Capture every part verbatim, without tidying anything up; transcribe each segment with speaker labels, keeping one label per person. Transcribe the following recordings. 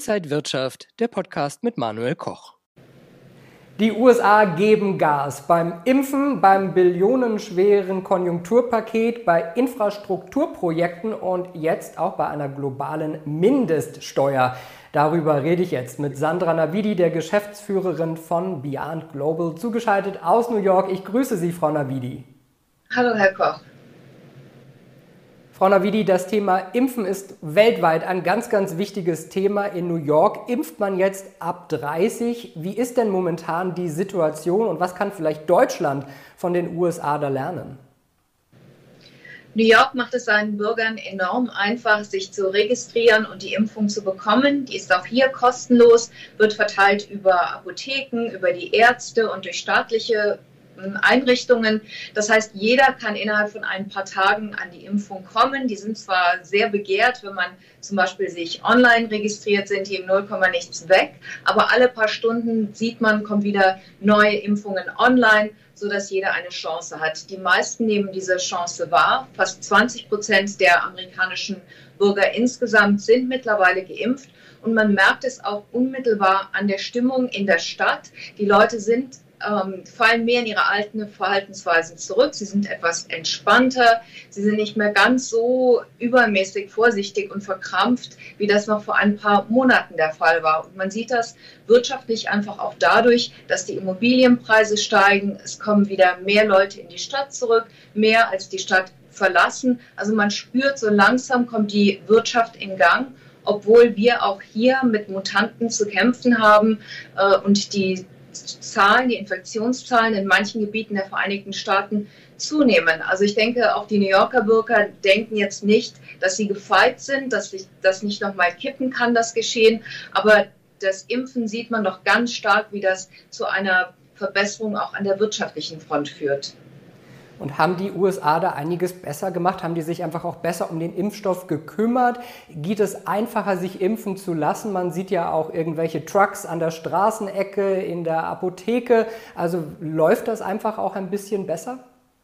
Speaker 1: Inside Wirtschaft, der Podcast mit Manuel Koch.
Speaker 2: Die U S A geben Gas beim Impfen, beim billionenschweren Konjunkturpaket, bei Infrastrukturprojekten und jetzt auch bei einer globalen Mindeststeuer. Darüber rede ich jetzt mit Sandra Navidi, der Geschäftsführerin von Beyond Global, zugeschaltet aus New York. Ich grüße Sie, Frau Navidi.
Speaker 3: Hallo, Herr Koch.
Speaker 2: Frau Navidi, das Thema Impfen ist weltweit ein ganz, ganz wichtiges Thema. In New York impft man jetzt ab dreißig. Wie ist denn momentan die Situation und was kann vielleicht Deutschland von den U S A da lernen?
Speaker 3: New York macht es seinen Bürgern enorm einfach, sich zu registrieren und die Impfung zu bekommen. Die ist auch hier kostenlos, wird verteilt über Apotheken, über die Ärzte und durch staatliche Einrichtungen. Das heißt, jeder kann innerhalb von ein paar Tagen an die Impfung kommen. Die sind zwar sehr begehrt, wenn man zum Beispiel sich online registriert, sind die im null Komma nichts weg, aber alle paar Stunden sieht man, kommen wieder neue Impfungen online, sodass jeder eine Chance hat. Die meisten nehmen diese Chance wahr. Fast zwanzig Prozent der amerikanischen Bürger insgesamt sind mittlerweile geimpft und man merkt es auch unmittelbar an der Stimmung in der Stadt. Die Leute sind Ähm, fallen mehr in ihre alten Verhaltensweisen zurück. Sie sind etwas entspannter. Sie sind nicht mehr ganz so übermäßig vorsichtig und verkrampft, wie das noch vor ein paar Monaten der Fall war. Und man sieht das wirtschaftlich einfach auch dadurch, dass die Immobilienpreise steigen. Es kommen wieder mehr Leute in die Stadt zurück, mehr als die Stadt verlassen. Also man spürt, so langsam kommt die Wirtschaft in Gang, obwohl wir auch hier mit Mutanten zu kämpfen haben äh, und die Zahlen, die Infektionszahlen in manchen Gebieten der Vereinigten Staaten zunehmen. Also ich denke, auch die New Yorker Bürger denken jetzt nicht, dass sie gefeit sind, dass sich das nicht nochmal kippen kann, das Geschehen. Aber das Impfen sieht man doch ganz stark, wie das zu einer Verbesserung auch an der wirtschaftlichen Front führt.
Speaker 2: Und haben die U S A da einiges besser gemacht? Haben die sich einfach auch besser um den Impfstoff gekümmert? Geht es einfacher, sich impfen zu lassen? Man sieht ja auch irgendwelche Trucks an der Straßenecke, in der Apotheke. Also läuft das einfach auch ein bisschen besser?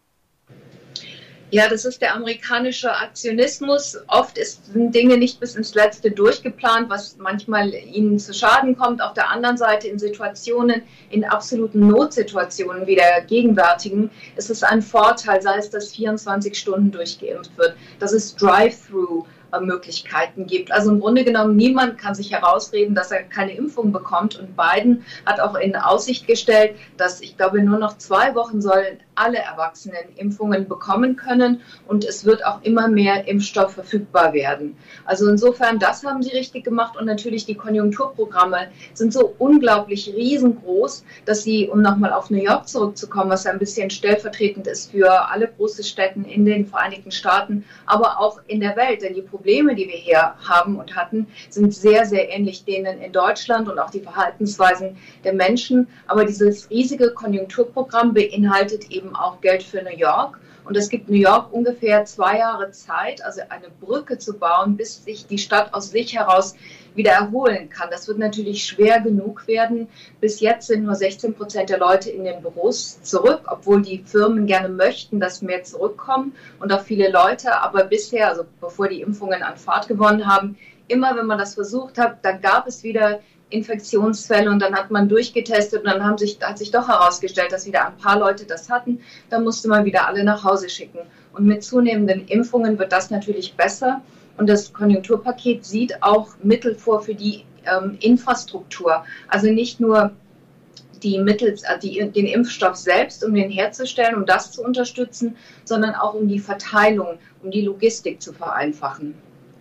Speaker 3: Ja, das ist der amerikanische Aktionismus. Oft ist, sind Dinge nicht bis ins Letzte durchgeplant, was manchmal ihnen zu Schaden kommt. Auf der anderen Seite in Situationen, in absoluten Notsituationen wie der gegenwärtigen, ist es ein Vorteil, sei es, dass vierundzwanzig Stunden durchgeimpft wird, dass es Drive-Thru Möglichkeiten gibt. Also im Grunde genommen, niemand kann sich herausreden, dass er keine Impfung bekommt. Und Biden hat auch in Aussicht gestellt, dass, ich glaube, nur noch zwei Wochen sollen alle Erwachsenen Impfungen bekommen können und es wird auch immer mehr Impfstoff verfügbar werden. Also insofern, das haben sie richtig gemacht und natürlich die Konjunkturprogramme sind so unglaublich riesengroß, dass sie, um nochmal auf New York zurückzukommen, was ein bisschen stellvertretend ist für alle große Städte in den Vereinigten Staaten, aber auch in der Welt, denn die Probleme, die wir hier haben und hatten, sind sehr, sehr ähnlich denen in Deutschland und auch die Verhaltensweisen der Menschen. Aber dieses riesige Konjunkturprogramm beinhaltet eben auch Geld für New York. Und es gibt New York ungefähr zwei Jahre Zeit, also eine Brücke zu bauen, bis sich die Stadt aus sich heraus wieder erholen kann. Das wird natürlich schwer genug werden. Bis jetzt sind nur sechzehn Prozent der Leute in den Büros zurück, obwohl die Firmen gerne möchten, dass mehr zurückkommen und auch viele Leute. Aber bisher, also bevor die Impfungen an Fahrt gewonnen haben, immer wenn man das versucht hat, dann gab es wieder Infektionsfälle und dann hat man durchgetestet und dann haben sich, hat sich doch herausgestellt, dass wieder ein paar Leute das hatten. Dann musste man wieder alle nach Hause schicken. Und mit zunehmenden Impfungen wird das natürlich besser. Und das Konjunkturpaket sieht auch Mittel vor für die ähm, Infrastruktur. Also nicht nur die Mittel, die, den Impfstoff selbst, um den herzustellen, um das zu unterstützen, sondern auch um die Verteilung, um die Logistik zu vereinfachen.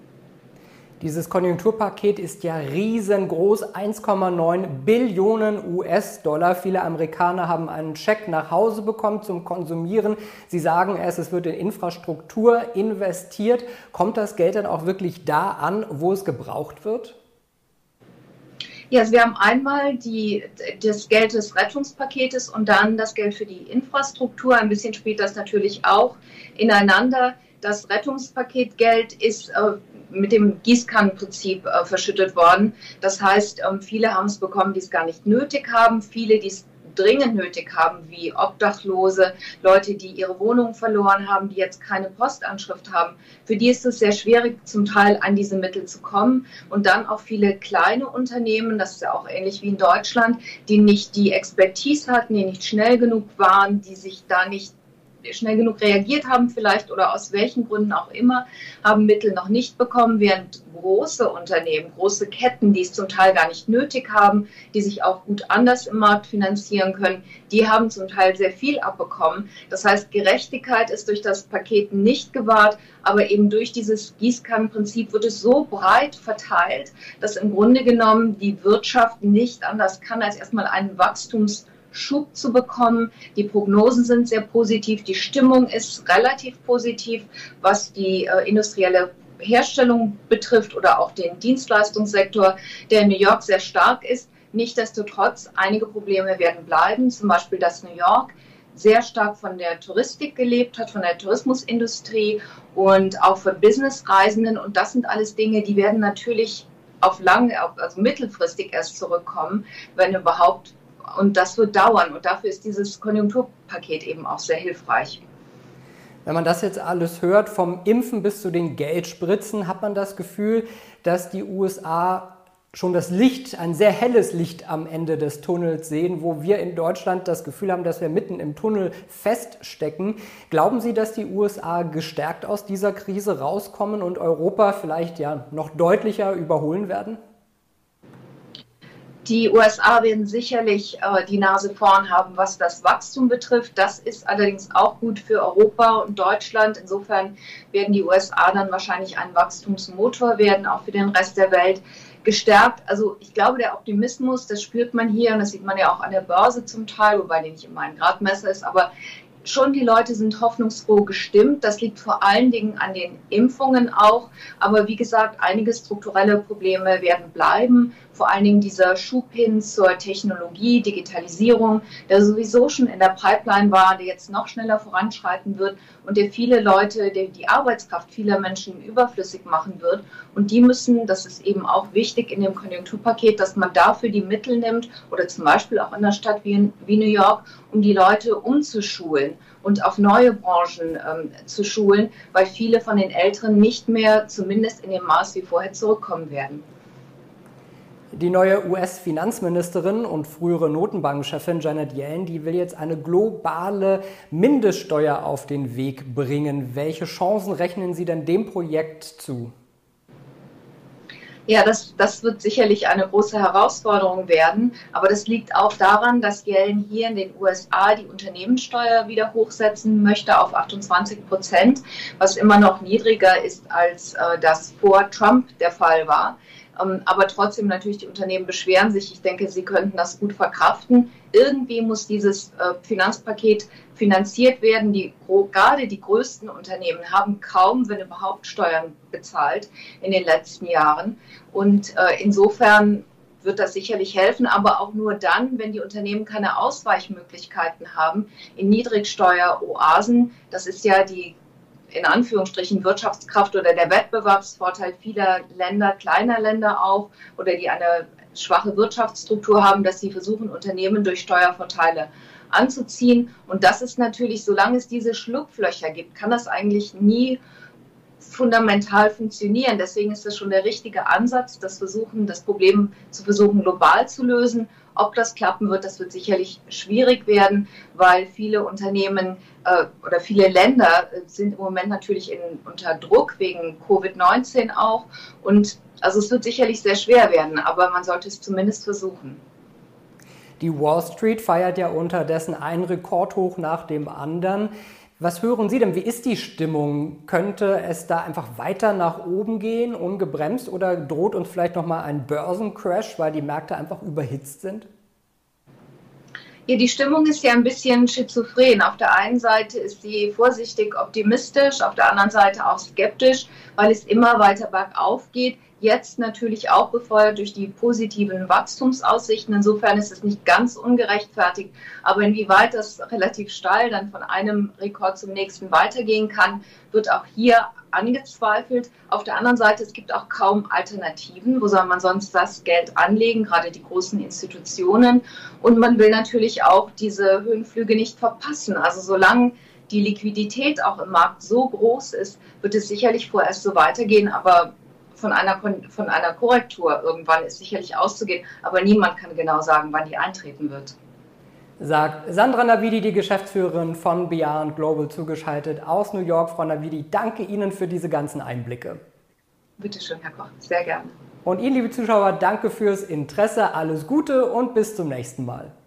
Speaker 2: Dieses Konjunkturpaket ist ja riesengroß, eins Komma neun Billionen U S-Dollar. Viele Amerikaner haben einen Scheck nach Hause bekommen zum Konsumieren. Sie sagen es, es wird in Infrastruktur investiert. Kommt das Geld dann auch wirklich da an, wo es gebraucht wird?
Speaker 3: Ja, also wir haben einmal die, das Geld des Rettungspaketes und dann das Geld für die Infrastruktur. Ein bisschen spielt das natürlich auch ineinander. Das Rettungspaketgeld ist äh, mit dem Gießkannenprinzip äh, verschüttet worden. Das heißt, ähm, viele haben es bekommen, die es gar nicht nötig haben. Viele, die es dringend nötig haben, wie Obdachlose, Leute, die ihre Wohnungen verloren haben, die jetzt keine Postanschrift haben. Für die ist es sehr schwierig, zum Teil an diese Mittel zu kommen. Und dann auch viele kleine Unternehmen, das ist ja auch ähnlich wie in Deutschland, die nicht die Expertise hatten, die nicht schnell genug waren, die sich da nicht schnell genug reagiert haben vielleicht oder aus welchen Gründen auch immer, haben Mittel noch nicht bekommen, während große Unternehmen, große Ketten, die es zum Teil gar nicht nötig haben, die sich auch gut anders im Markt finanzieren können, die haben zum Teil sehr viel abbekommen. Das heißt, Gerechtigkeit ist durch das Paket nicht gewahrt, aber eben durch dieses Gießkannenprinzip wird es so breit verteilt, dass im Grunde genommen die Wirtschaft nicht anders kann, als erstmal einen Wachstums Schub zu bekommen. Die Prognosen sind sehr positiv, die Stimmung ist relativ positiv, was die äh, industrielle Herstellung betrifft oder auch den Dienstleistungssektor, der in New York sehr stark ist. Nichtsdestotrotz, einige Probleme werden bleiben, zum Beispiel, dass New York sehr stark von der Touristik gelebt hat, von der Tourismusindustrie und auch von Businessreisenden, und das sind alles Dinge, die werden natürlich auf lange, also mittelfristig erst zurückkommen, wenn überhaupt. Und das wird dauern. Und dafür ist dieses Konjunkturpaket eben auch sehr hilfreich.
Speaker 2: Wenn man das jetzt alles hört, vom Impfen bis zu den Geldspritzen, hat man das Gefühl, dass die U S A schon das Licht, ein sehr helles Licht am Ende des Tunnels sehen, wo wir in Deutschland das Gefühl haben, dass wir mitten im Tunnel feststecken. Glauben Sie, dass die U S A gestärkt aus dieser Krise rauskommen und Europa vielleicht ja noch deutlicher überholen werden?
Speaker 3: Die U S A werden sicherlich äh, die Nase vorn haben, was das Wachstum betrifft. Das ist allerdings auch gut für Europa und Deutschland. Insofern werden die U S A dann wahrscheinlich ein Wachstumsmotor werden, auch für den Rest der Welt gestärkt. Also ich glaube, der Optimismus, das spürt man hier und das sieht man ja auch an der Börse zum Teil, wobei die nicht immer ein Gradmesser ist, aber schon die Leute sind hoffnungsfroh gestimmt. Das liegt vor allen Dingen an den Impfungen auch. Aber wie gesagt, einige strukturelle Probleme werden bleiben. Vor allen Dingen dieser Schub hin zur Technologie, Digitalisierung, der sowieso schon in der Pipeline war, der jetzt noch schneller voranschreiten wird und der viele Leute, der die Arbeitskraft vieler Menschen überflüssig machen wird. Und die müssen, das ist eben auch wichtig in dem Konjunkturpaket, dass man dafür die Mittel nimmt oder zum Beispiel auch in einer Stadt wie, in, wie New York, um die Leute umzuschulen und auf neue Branchen ähm, zu schulen, weil viele von den Älteren nicht mehr, zumindest in dem Maß wie vorher, zurückkommen werden.
Speaker 2: Die neue U S-Finanzministerin und frühere Notenbankchefin Janet Yellen, die will jetzt eine globale Mindeststeuer auf den Weg bringen. Welche Chancen rechnen Sie denn dem Projekt zu?
Speaker 3: Ja, das, das wird sicherlich eine große Herausforderung werden, aber das liegt auch daran, dass Yellen hier in den U S A die Unternehmenssteuer wieder hochsetzen möchte auf achtundzwanzig Prozent, was immer noch niedriger ist, als äh, das vor Trump der Fall war. Ähm, aber trotzdem natürlich, die Unternehmen beschweren sich. Ich denke, sie könnten das gut verkraften. Irgendwie muss dieses äh, Finanzpaket finanziert werden. Die, gerade die größten Unternehmen haben kaum, wenn überhaupt, Steuern bezahlt in den letzten Jahren. Und äh, insofern wird das sicherlich helfen, aber auch nur dann, wenn die Unternehmen keine Ausweichmöglichkeiten haben in Niedrigsteueroasen. Das ist ja die in Anführungsstrichen Wirtschaftskraft oder der Wettbewerbsvorteil vieler Länder, kleiner Länder auch, oder die eine schwache Wirtschaftsstruktur haben, dass sie versuchen, Unternehmen durch Steuervorteile anzuziehen. Und das ist natürlich, solange es diese Schlupflöcher gibt, kann das eigentlich nie fundamental funktionieren. Deswegen ist das schon der richtige Ansatz, das Versuchen, das Problem zu versuchen, global zu lösen. Ob das klappen wird, das wird sicherlich schwierig werden, weil viele Unternehmen äh, oder viele Länder äh, sind im Moment natürlich in, unter Druck wegen Covid neunzehn auch. Und also es wird sicherlich sehr schwer werden, aber man sollte es zumindest versuchen.
Speaker 2: Die Wall Street feiert ja unterdessen einen Rekordhoch nach dem anderen. Was hören Sie denn? Wie ist die Stimmung? Könnte es da einfach weiter nach oben gehen, ungebremst, oder droht uns vielleicht nochmal ein Börsencrash, weil die Märkte einfach überhitzt sind?
Speaker 3: Ja, die Stimmung ist ja ein bisschen schizophren. Auf der einen Seite ist sie vorsichtig optimistisch, auf der anderen Seite auch skeptisch, weil es immer weiter bergauf geht. Jetzt natürlich auch befeuert durch die positiven Wachstumsaussichten. Insofern ist es nicht ganz ungerechtfertigt. Aber inwieweit das relativ steil dann von einem Rekord zum nächsten weitergehen kann, wird auch hier angezweifelt. Auf der anderen Seite, es gibt auch kaum Alternativen. Wo soll man sonst das Geld anlegen, gerade die großen Institutionen? Und man will natürlich auch diese Höhenflüge nicht verpassen. Also solange die Liquidität auch im Markt so groß ist, wird es sicherlich vorerst so weitergehen, aber von einer, von einer Korrektur irgendwann ist sicherlich auszugehen, aber niemand kann genau sagen, wann die eintreten wird.
Speaker 2: Sagt Sandra Navidi, die Geschäftsführerin von Beyond Global, zugeschaltet aus New York. Frau Navidi, danke Ihnen für diese ganzen Einblicke.
Speaker 3: Bitte schön, Herr Koch, sehr gerne.
Speaker 2: Und Ihnen, liebe Zuschauer, danke fürs Interesse, alles Gute und bis zum nächsten Mal.